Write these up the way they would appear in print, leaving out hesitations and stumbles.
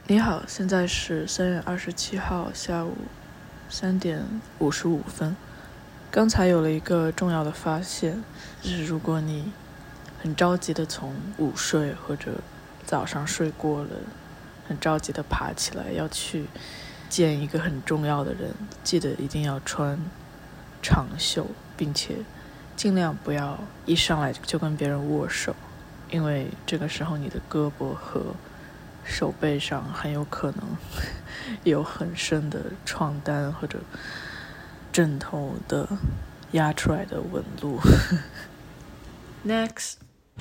你好，现在是3月27号下午3点55分。刚才有了一个重要的发现，就是如果你很着急的从午睡或者早上睡过了，很着急的爬起来要去见一个很重要的人，记得一定要穿长袖，并且尽量不要一上来就跟别人握手，因为这个时候你的胳膊和手背上很有可能有很深的床单或者枕头的压出来的纹路。Next.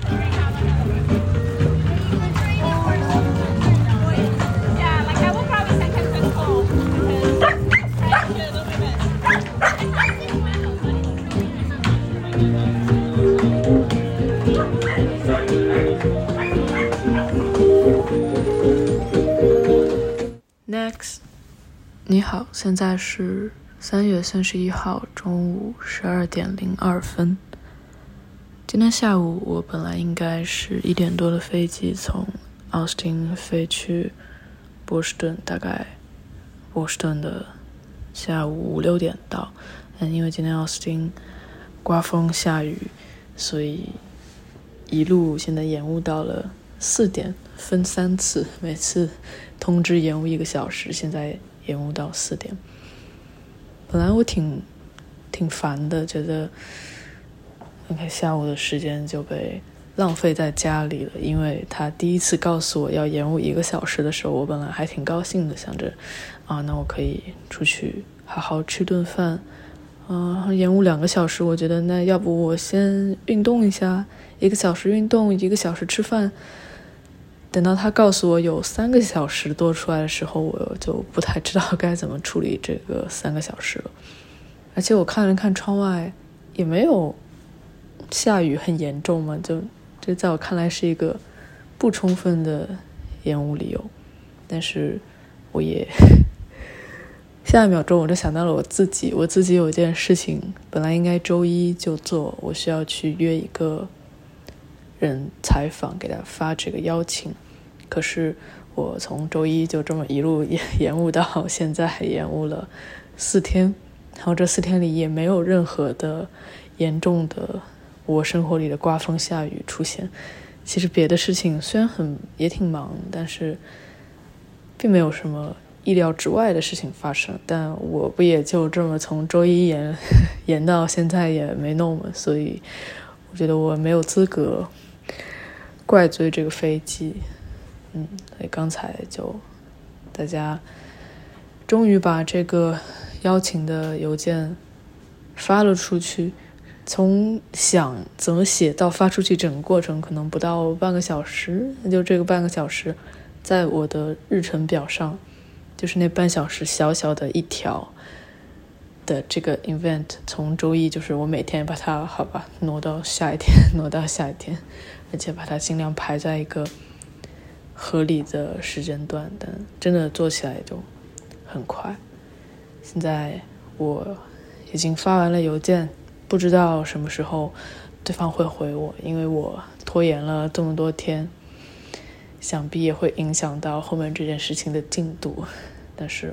Next. 你好，现在是3月31号中午12点02分。今天下午我本来应该是1点多的飞机从奥斯汀飞去波士顿，大概波士顿的下午5、6点到，但因为今天奥斯汀刮风下雨，所以一路现在延误到了4点，分3次，每次通知延误1个小时，现在延误到4点。本来我挺烦的，觉得下午的时间就被浪费在家里了，因为他第一次告诉我要延误1个小时的时候，我本来还挺高兴的，想着那我可以出去好好吃顿饭。延误2个小时，我觉得那要不我先运动一下，1个小时运动，1个小时吃饭。等到他告诉我有3个小时多出来的时候，我就不太知道该怎么处理这个3个小时了。而且我看了看窗外，也没有下雨很严重嘛，这在我看来是一个不充分的延误理由。但是我也下一秒钟我就想到了我自己有一件事情本来应该周一就做，我需要去约一个人采访，给他发这个邀请，可是我从周一就这么一路延误到现在，还延误了4天，然后这4天里也没有任何的严重的我生活里的刮风下雨出现。其实别的事情虽然也挺忙，但是并没有什么意料之外的事情发生，但我不也就这么从周一延到现在也没弄嘛，所以我觉得我没有资格怪罪这个飞机。所以刚才就大家终于把这个邀请的邮件发了出去，从想怎么写到发出去整个过程可能不到半个小时，就这个半个小时在我的日程表上，就是那半小时小小的一条的这个 event， 从周一就是我每天把它挪到下一天，而且把它尽量排在一个合理的时间段，但真的做起来就很快。现在我已经发完了邮件，不知道什么时候对方会回我，因为我拖延了这么多天，想必也会影响到后面这件事情的进度。但是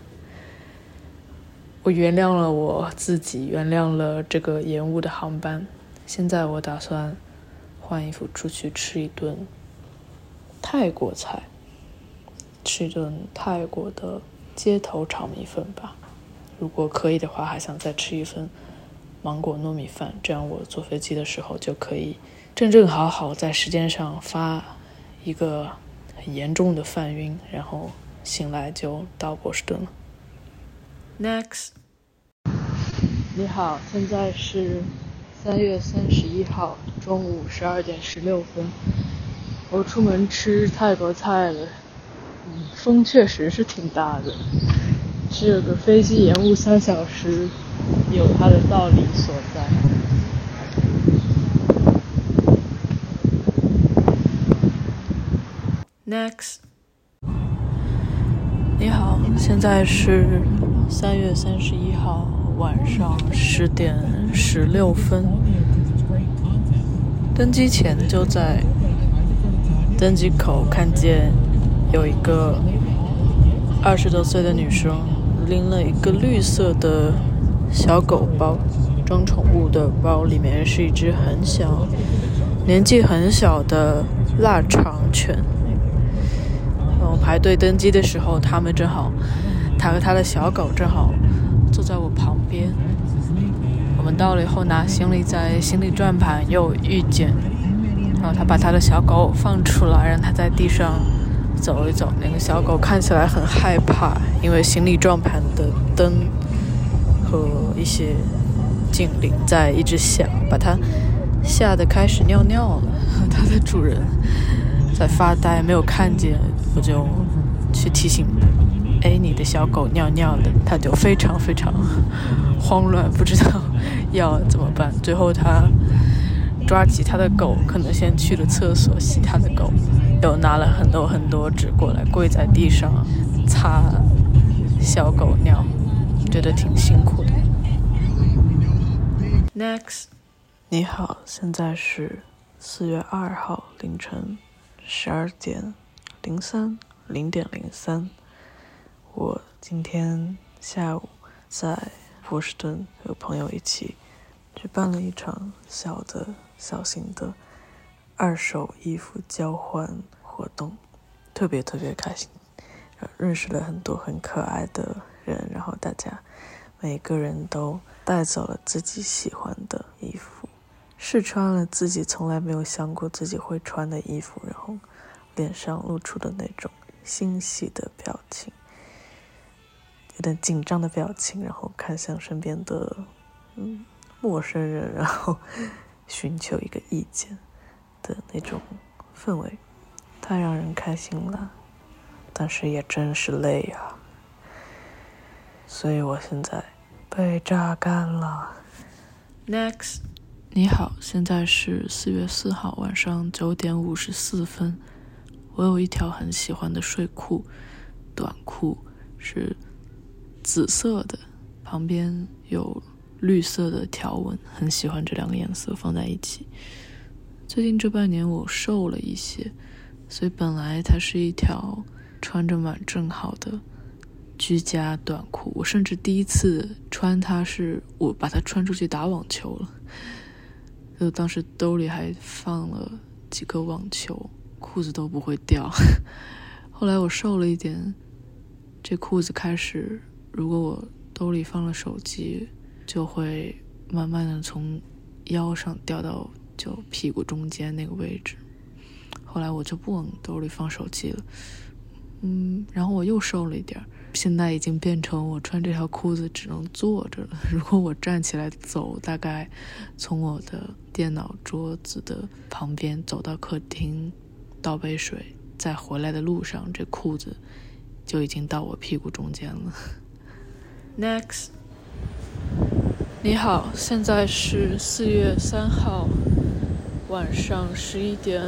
我原谅了我自己，原谅了这个延误的航班。现在我打算换衣服出去吃一顿泰国菜，吃一顿泰国的街头炒米粉吧。如果可以的话，还想再吃一份芒果糯米饭，这样我坐飞机的时候就可以正好在时间上发一个很严重的饭晕，然后醒来就到波士顿了。Next. 你好，现在是3月31号中午12点16分。我出门吃泰国菜了，风确实是挺大的，这个飞机延误3小时有它的道理所在。Next. 你好，现在是3月31号晚上10点16分。登机前就在登机口看见有一个20多岁的女生拎了一个绿色的小狗包，装宠物的包，里面是一只年纪很小的腊肠犬。排队登机的时候，他和他的小狗正好坐在我旁边。我们到了以后拿行李，在行李转盘又遇见，然后他把他的小狗放出来，让他在地上走一走。那个小狗看起来很害怕，因为行李转盘的灯和一些警铃在一直响，把它吓得开始尿尿了。它的主人在发呆，没有看见，我就去提醒，你的小狗尿尿了。它就非常非常慌乱，不知道要怎么办。最后他抓起他的狗，可能先去了厕所洗他的狗，又拿了很多很多纸过来，跪在地上擦小狗尿，觉得挺辛苦的。 Next， 你好，现在是4月2号凌晨0:03。我今天下午在波士顿和朋友一起举办了一场小型的二手衣服交换活动，特别开心，认识了很多很可爱的人，然后大家每个人都带走了自己喜欢的衣服，试穿了自己从来没有想过自己会穿的衣服，然后脸上露出的那种欣喜的表情，有点紧张的表情，然后看向身边的陌生人，然后寻求一个意见的那种氛围，太让人开心了，但是也真是累啊，所以我现在被榨干了。 Next， 你好，现在是4月4号晚上9点54分。我有一条很喜欢的睡裤，短裤是紫色的，旁边有绿色的条纹，很喜欢这两个颜色放在一起。最近这半年我瘦了一些，所以本来它是一条穿着蛮正好的居家短裤，我甚至第一次穿它是我把它穿出去打网球了，就当时兜里还放了几个网球，裤子都不会掉。后来我瘦了一点，这裤子开始，如果我兜里放了手机，就会慢慢的从腰上掉到就屁股中间那个位置。后来我就不往兜里放手机了，然后我又瘦了一点，现在已经变成我穿这条裤子只能坐着了。如果我站起来走，大概从我的电脑桌子的旁边走到客厅，倒杯水，再回来的路上，这裤子就已经到我屁股中间了。Next， 你好，现在是4月3号晚上11点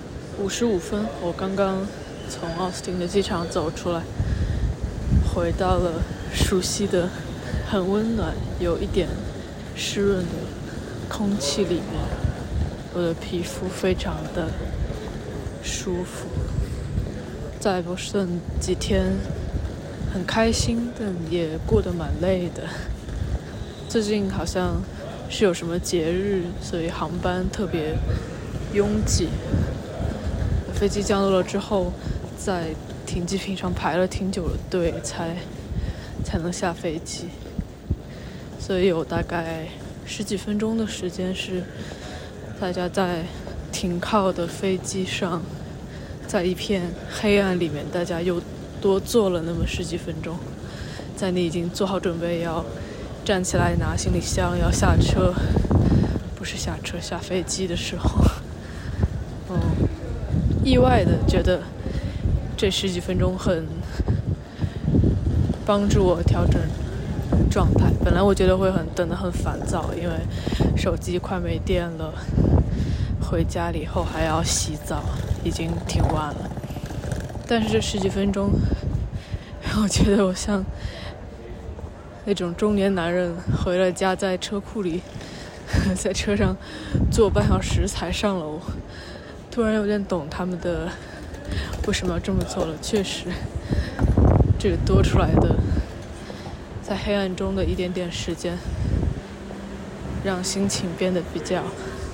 55分。我刚刚从奥斯汀的机场走出来，回到了熟悉的很温暖有一点湿润的空气里面，我的皮肤非常的舒服。在波士顿几天很开心，但也过得蛮累的。最近好像是有什么节日，所以航班特别拥挤。飞机降落了之后，在停机坪上排了挺久的队才能下飞机，所以有大概10几分钟的时间是大家在停靠的飞机上，在一片黑暗里面，大家又多坐了那么10几分钟，在你已经做好准备要站起来拿行李箱要下车，不是下车下飞机的时候，意外的觉得这10几分钟很帮助我调整状态。本来我觉得会等得很烦躁，因为手机快没电了，回家了以后还要洗澡，已经挺晚了。但是这10几分钟让我觉得我像那种中年男人回了家，在车库里在车上坐半小时才上楼，突然有点懂他们的为什么要这么做了。确实，这个多出来的在黑暗中的一点点时间，让心情变得比较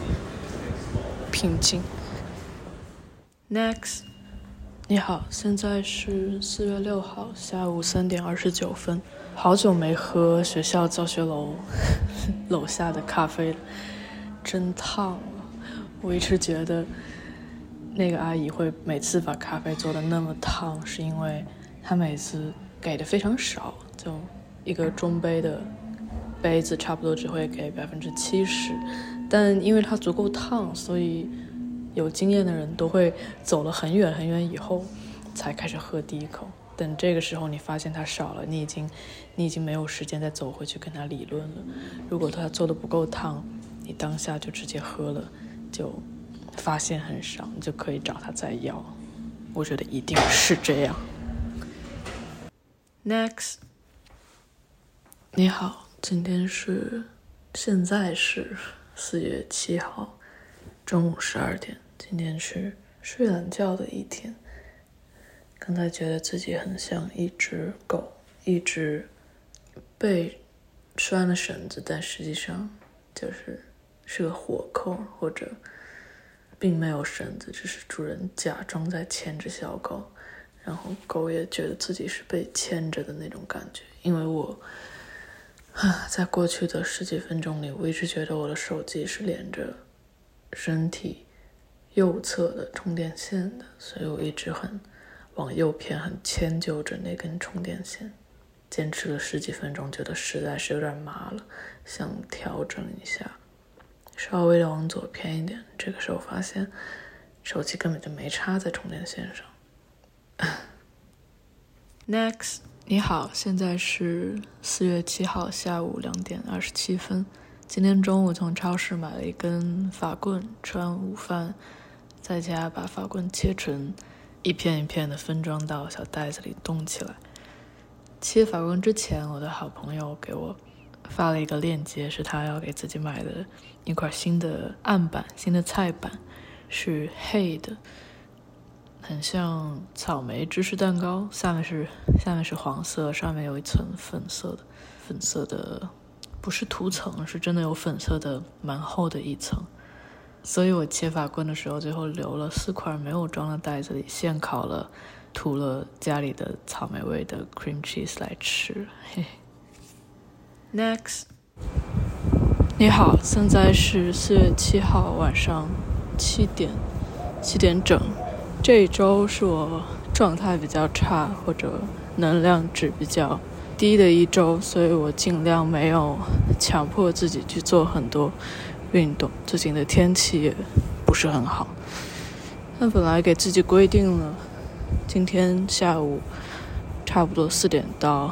平静。Next， 你好，现在是4月6号下午3点29分。好久没喝学校教学楼楼下的咖啡了，真烫啊！我一直觉得那个阿姨会每次把咖啡做得那么烫，是因为她每次给的非常少，就一个中杯的杯子差不多只会给70%，但因为它足够烫，所以有经验的人都会走了很远很远以后才开始喝第一口。等这个时候你发现它少了，你已经没有时间再走回去跟他理论了。如果它做的不够烫，你当下就直接喝了，就发现很少，你就可以找他再要。我觉得一定是这样。Next， 你好，现在是4月7号中午12点，今天是睡懒觉的一天。刚才觉得自己很像一只狗，一只被拴了绳子，但实际上是个活扣，或者并没有绳子，只是主人假装在牵着小狗，然后狗也觉得自己是被牵着的那种感觉。因为我在过去的10几分钟里，我一直觉得我的手机是连着身体右侧的充电线的，所以我一直往右偏，很迁就着那根充电线。坚持了10几分钟，觉得实在是有点麻了，想调整一下，稍微的往左偏一点。这个时候发现手机根本就没插在充电线上。Next， 你好，现在是4月7号下午2点27分。今天中午从超市买了一根法棍，吃完午饭在家把法棍切成一片一片的分装到小袋子里冻起来。切法棍之前，我的好朋友给我发了一个链接，是他要给自己买的一块新的案板，新的菜板，是黑的，很像草莓芝士蛋糕，下面是黄色，上面有一层粉色的不是涂层，是真的有粉色的蛮厚的一层。所以我切法棍的时候最后留了4块没有装到袋子里，现烤了，涂了家里的草莓味的 cream cheese 来吃。嘿。Next， 你好，现在是4月7号晚上7点整。这一周是我状态比较差或者能量值比较低的一周，所以我尽量没有强迫自己去做很多运动。最近的天气也不是很好，但本来给自己规定了今天下午差不多4点到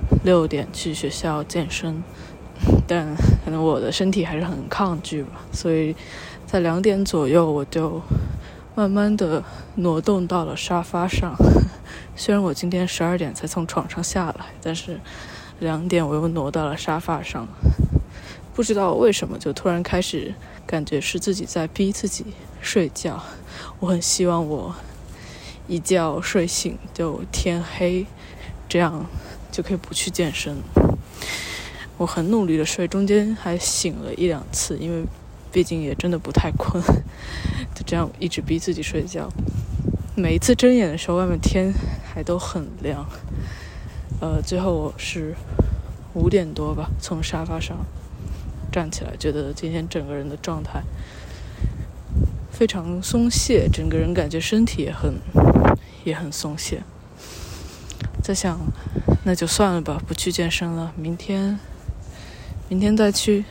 6点去学校健身，但可能我的身体还是很抗拒吧，所以在2点左右我就慢慢的挪动到了沙发上。虽然我今天12点才从床上下来，但是2点我又挪到了沙发上。不知道为什么就突然开始感觉是自己在逼自己睡觉。我很希望我一觉睡醒就天黑，这样就可以不去健身。我很努力的睡，中间还醒了1-2次，因为毕竟也真的不太困，就这样一直逼自己睡觉。每一次睁眼的时候外面天还都很亮。最后我是5点多吧从沙发上站起来，觉得今天整个人的状态非常松懈，整个人感觉身体也很松懈。在想那就算了吧，不去健身了，明天再去。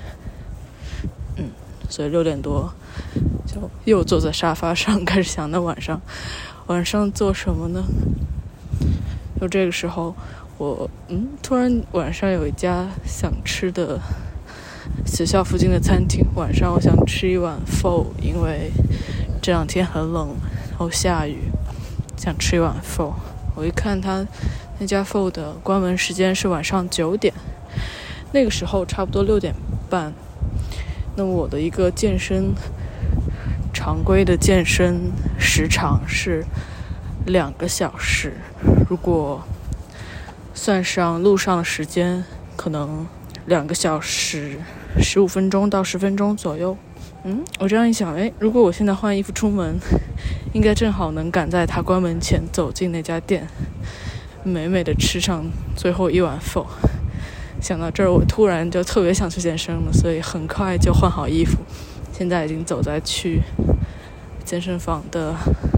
所以6点多就又坐在沙发上开始想那晚上做什么呢。就这个时候我突然晚上有一家想吃的学校附近的餐厅，晚上我想吃一碗 pho， 因为这2天很冷然后下雨，想吃一碗 pho。 我一看他那家 pho 的关门时间是晚上9点，那个时候差不多6点半。那我的一个常规的健身时长是 2个小时，如果算上路上的时间，可能2个小时15分钟到10分钟左右。我这样一想，如果我现在换衣服出门，应该正好能赶在他关门前走进那家店，美美的吃上最后一碗饭。想到这儿，我突然就特别想去健身了，所以很快就换好衣服，现在已经走在去健身房的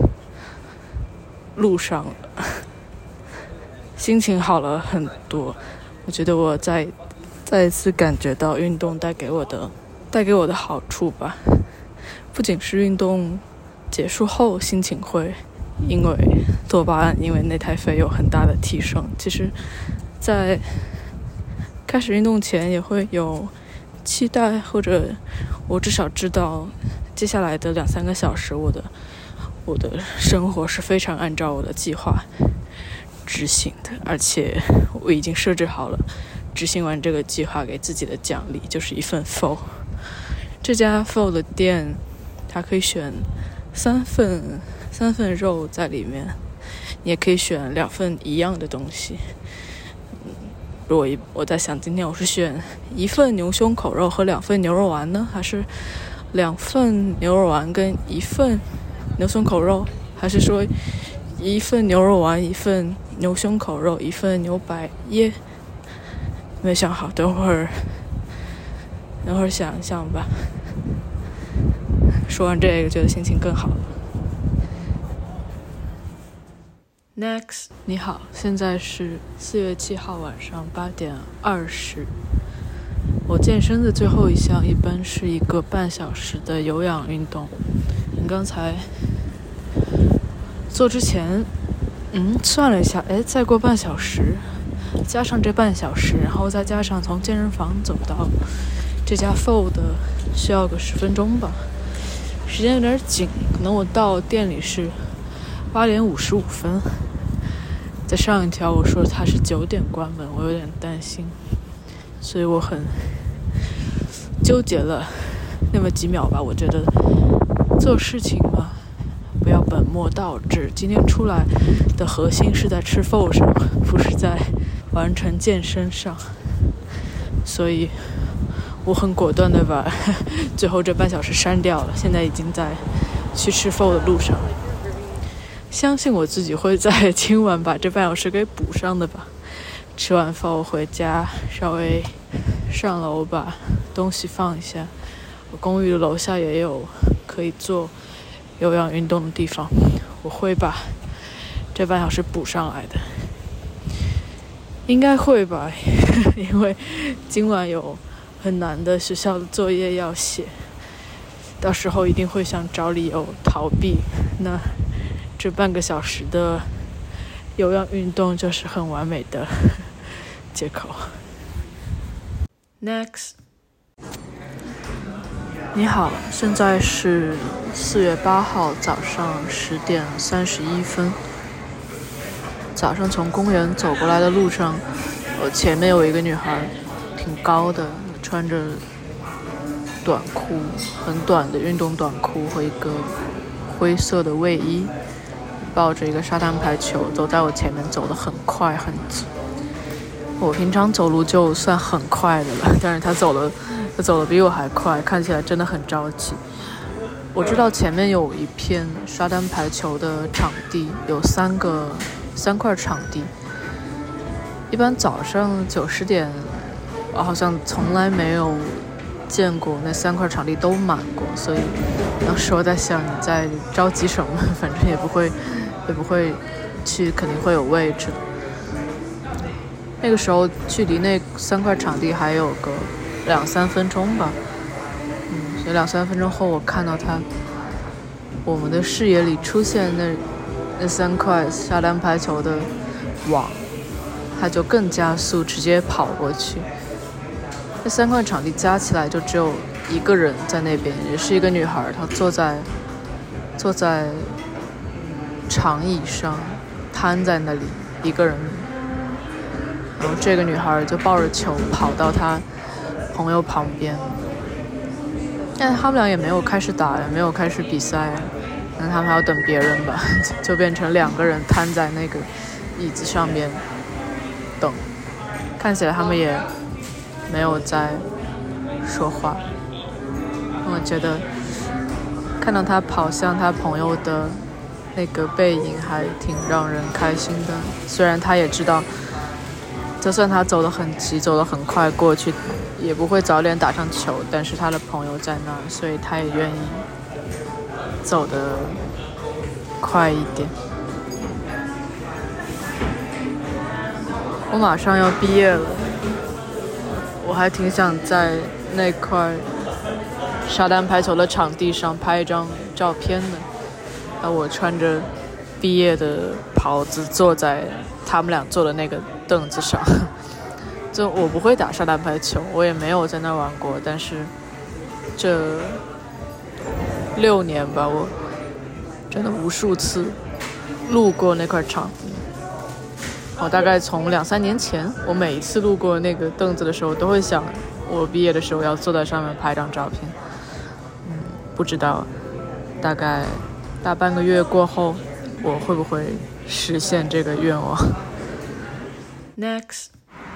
路上了，心情好了很多。我觉得我再一次感觉到运动带给我的好处吧。不仅是运动结束后心情会因为多巴胺因为内啡肽有很大的提升，其实在开始运动前也会有期待，或者我至少知道接下来的2-3个小时我的生活是非常按照我的计划执行的，而且我已经设置好了执行完这个计划给自己的奖励，就是一份饭。这家饭的店它可以选三份肉在里面，你也可以选2份一样的东西。如果我在想今天我是选1份牛胸口肉和2份牛肉丸呢，还是2份牛肉丸跟1份牛胸口肉，还是说1份牛肉丸1份牛胸口肉1份牛百叶？没想好，等会儿想一想吧。说完这个觉得心情更好了。Next， 你好，现在是4月7号晚上8点20。我健身的最后一项一般是一个半小时的有氧运动。你刚才做之前，算了一下，再过半小时，加上这半小时，然后再加上从健身房走到这家 Fold 需要个10分钟吧。时间有点紧，可能我到店里是8点55分。在上一条我说它是9点关门，我有点担心，所以我很纠结了那么几秒吧。我觉得做事情嘛，不要本末倒置。今天出来的核心是在吃饭上，不是在完成健身上，所以我很果断的把最后这半小时删掉了，现在已经在去吃饭的路上。相信我自己会在今晚把这半小时给补上的吧。吃完饭我回家，稍微上楼把东西放一下。我公寓的楼下也有可以做有氧运动的地方，我会把这半小时补上来的，应该会吧。因为今晚有很难的学校的作业要写，到时候一定会想找理由逃避，那这半个小时的有氧运动就是很完美的借口。Next， 你好，现在是4月8号早上10点31分。早上从公园走过来的路上，我前面有一个女孩，挺高的，穿着短裤，很短的运动短裤和一个灰色的卫衣，抱着一个沙滩排球，走在我前面，走得很快很急。我平常走路就算很快的了，但是他走得比我还快，看起来真的很着急。我知道前面有一片沙滩排球的场地，有3块场地。一般早上9、10点，我好像从来没有见过那3块场地都满过，所以当时我在想，你在着急什么？反正也不会去，肯定会有位置。那个时候距离那3块场地还有个2-3分钟吧，所以2-3分钟后，我看到我们的视野里出现那3块沙滩排球的网，他就更加速，直接跑过去。那3块场地加起来就只有一个人在那边，也是一个女孩，她坐在长椅上，瘫在那里一个人。然后这个女孩就抱着球跑到她朋友旁边，但他们俩也没有开始打，也没有开始比赛， 可能他们还要等别人吧，就变成2个人瘫在那个椅子上面等，看起来他们也没有在说话。我觉得看到他跑向他朋友的那个背影还挺让人开心的，虽然他也知道就算他走得很急走得很快过去也不会早点打上球，但是他的朋友在那儿，所以他也愿意走得快一点。我马上要毕业了，我还挺想在那块沙滩排球的场地上拍一张照片的，我穿着毕业的袍子坐在他们俩坐的那个凳子上。就我不会打沙滩排球，我也没有在那玩过，但是这6年吧，我真的无数次路过那块场地。我大概从2-3年前，我每一次路过那个凳子的时候都会想我毕业的时候要坐在上面拍张照片。不知道大概大半个月过后我会不会实现这个愿望。 Next，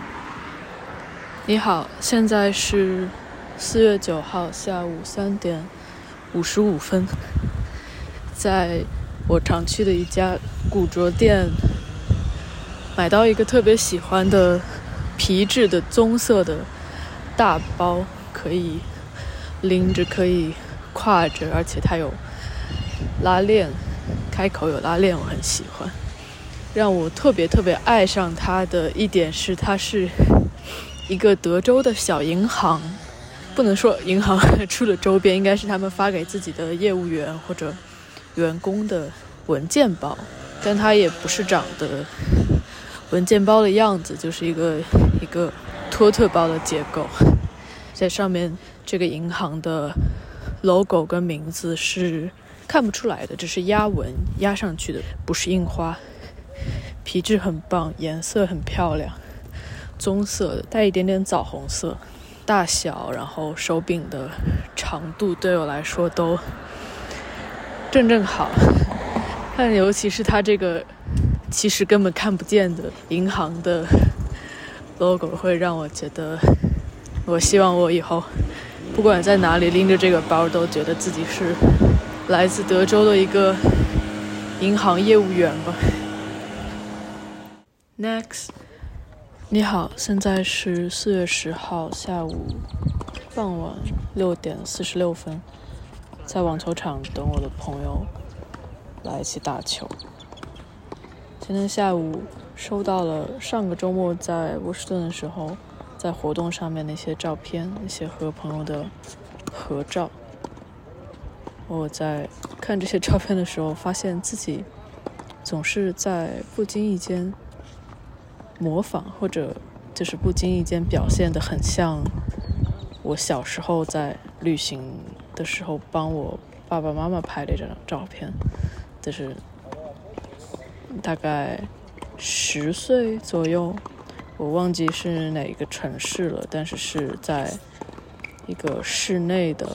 你好，现在是4月9号下午3点55分，在我常去的一家古着店买到一个特别喜欢的皮质的棕色的大包，可以拎着可以挎着，而且它有拉链，开口有拉链，我很喜欢。让我特别爱上它的一点是它是一个德州的小银行，不能说银行出的周边，应该是他们发给自己的业务员或者员工的文件包，但它也不是长得文件包的样子，就是一个托特包的结构。在上面这个银行的 logo 跟名字是看不出来的，只是压纹压上去的，不是印花。皮质很棒，颜色很漂亮，棕色的带一点点枣红色，大小然后手柄的长度对我来说都正好。但尤其是它这个其实根本看不见的银行的 logo 会让我觉得，我希望我以后不管在哪里拎着这个包都觉得自己是来自德州的一个银行业务员吧。 Next， 你好，现在是4月10号下午傍晚6点46分，在网球场等我的朋友来一起打球。今天下午收到了上个周末在波士顿的时候在活动上面那些照片，那些和朋友的合照。我在看这些照片的时候发现自己总是在不经意间模仿，或者就是不经意间表现得很像我小时候在旅行的时候帮我爸爸妈妈拍的这张照片，就是大概10岁左右，我忘记是哪个城市了，但是是在一个室内的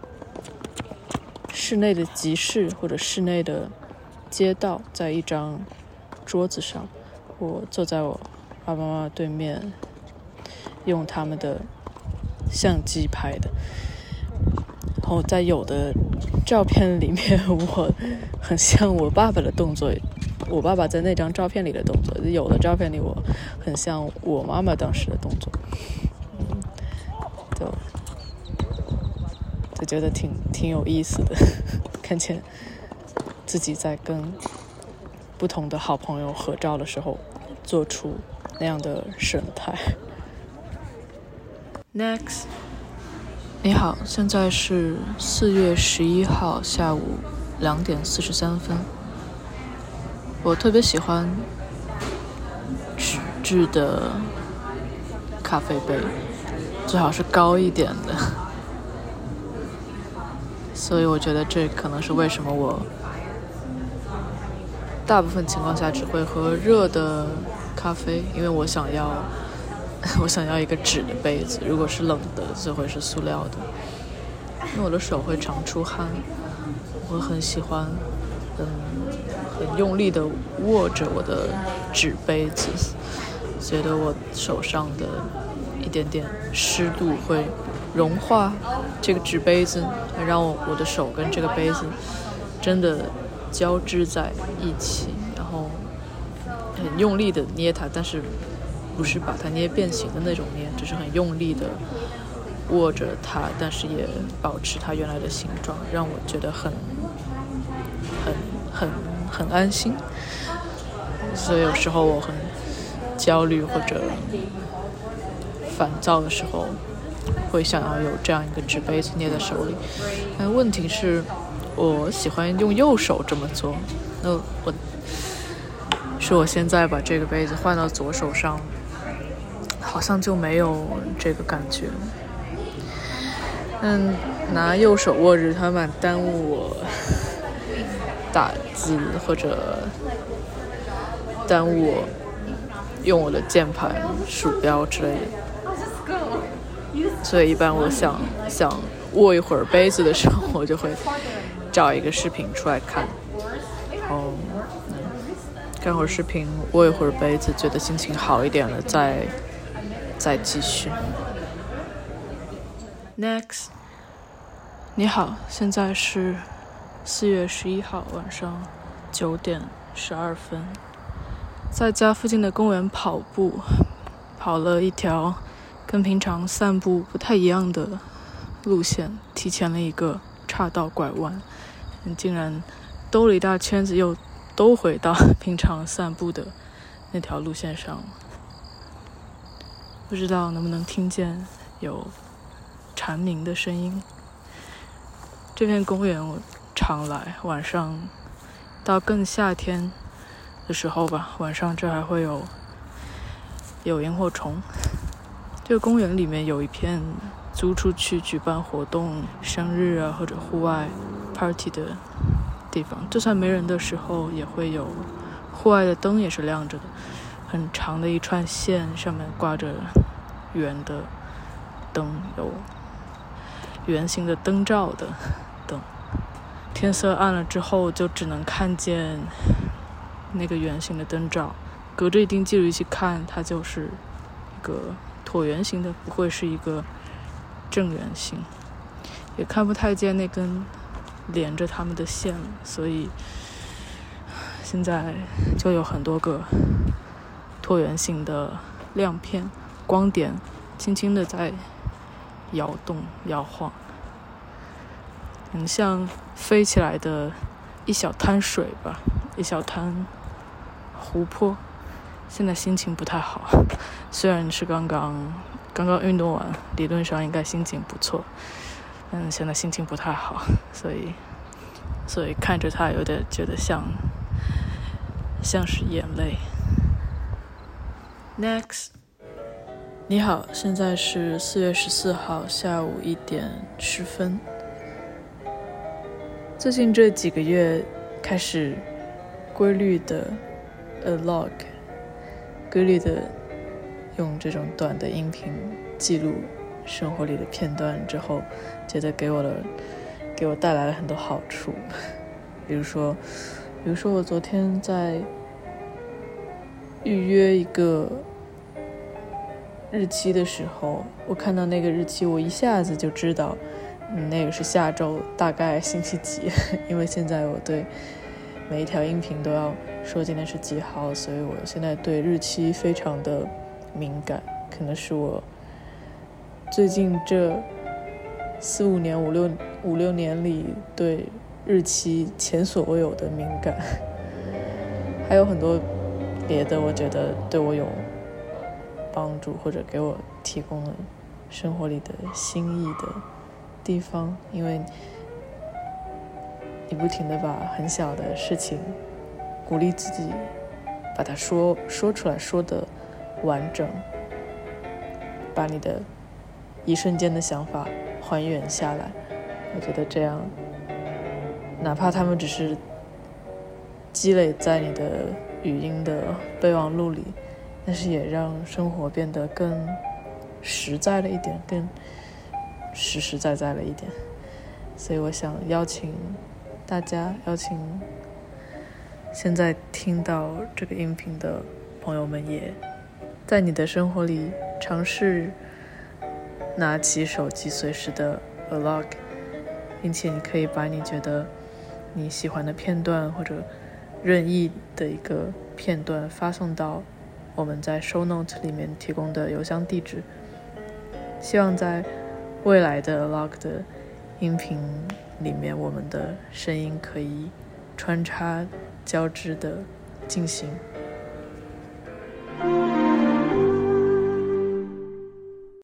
集市或者室内的街道，在一张桌子上，我坐在我爸爸妈妈对面，用他们的相机拍的。然后在有的照片里面我很像我爸爸的动作，我爸爸在那张照片里的动作，有的照片里我很像我妈妈当时的动作。就觉得挺有意思的，看见自己在跟不同的好朋友合照的时候做出那样的神态。 Next， 你好，现在是4月11号下午2点43分。我特别喜欢纸质的咖啡杯，最好是高一点的，所以我觉得这可能是为什么我大部分情况下只会喝热的咖啡，因为我想要一个纸的杯子，如果是冷的就会是塑料的，因为我的手会常出汗。 我很喜欢很用力的握着我的纸杯子，觉得我手上的一点点湿度会融化这个纸杯子，让我的手跟这个杯子真的交织在一起，然后很用力的捏它，但是不是把它捏变形的那种捏，只是很用力的握着它，但是也保持它原来的形状，让我觉得很安心。所以有时候我很焦虑或者烦躁的时候，会想要有这样一个纸杯子捏在手里。但问题是我喜欢用右手这么做，那我现在把这个杯子换到左手上，好像就没有这个感觉。拿右手握着它蛮耽误我打字，或者耽误我用我的键盘、鼠标之类的。所以一般我想握一会儿杯子的时候，我就会找一个视频出来看，然后看会儿视频，握一会儿杯子，觉得心情好一点了，再继续。Next， 你好，现在是4月11号晚上9点12分，在家附近的公园跑步，跑了一条跟平常散步不太一样的路线，提前了一个岔道拐弯，竟然兜了一大圈子，又兜回到平常散步的那条路线上。不知道能不能听见有蝉鸣的声音。这片公园我常来，晚上到更夏天的时候吧，晚上这还会有萤火虫。这个公园里面有一片租出去举办活动、生日啊或者户外 party 的地方，就算没人的时候也会有户外的灯也是亮着的，很长的一串线，上面挂着圆的灯，有圆形的灯罩的灯。天色暗了之后就只能看见那个圆形的灯罩，隔着一定距离去看，它就是一个椭圆形的，不会是一个正圆形，也看不太见那根连着它们的线，所以现在就有很多个椭圆形的亮片，光点轻轻的在摇动摇晃，很像飞起来的一小滩水吧，一小滩湖泊。现在心情不太好，虽然是刚刚运动完，理论上应该心情不错，但现在心情不太好，所以看着它有点觉得像是眼泪。Next， 你好，现在是4月14号下午1点10分。最近这几个月开始规律的 log， 规律的用这种短的音频记录生活里的片段之后，觉得给我带来了很多好处。比如说我昨天在预约一个日期的时候，我看到那个日期，我一下子就知道那个是下周大概星期几，因为现在我对每一条音频都要说今天是几号，所以我现在对日期非常的敏感，可能是我最近这4-5年5-6年里对日期前所未有的敏感。还有很多别的我觉得对我有帮助或者给我提供了生活里的新意的地方，因为你不停地把很小的事情鼓励自己把它说出来，说得完整，把你的一瞬间的想法还原下来。我觉得这样哪怕他们只是积累在你的语音的备忘录里，但是也让生活变得更实在了一点，更实在了一点。所以我想邀请大家，邀请现在听到这个音频的朋友们也在你的生活里尝试拿起手机随时的 vlog， 并且你可以把你觉得你喜欢的片段或者任意的一个片段发送到我们在 show note 里面提供的邮箱地址。希望在未来的 vlog 的音频里面，我们的声音可以穿插交织的进行。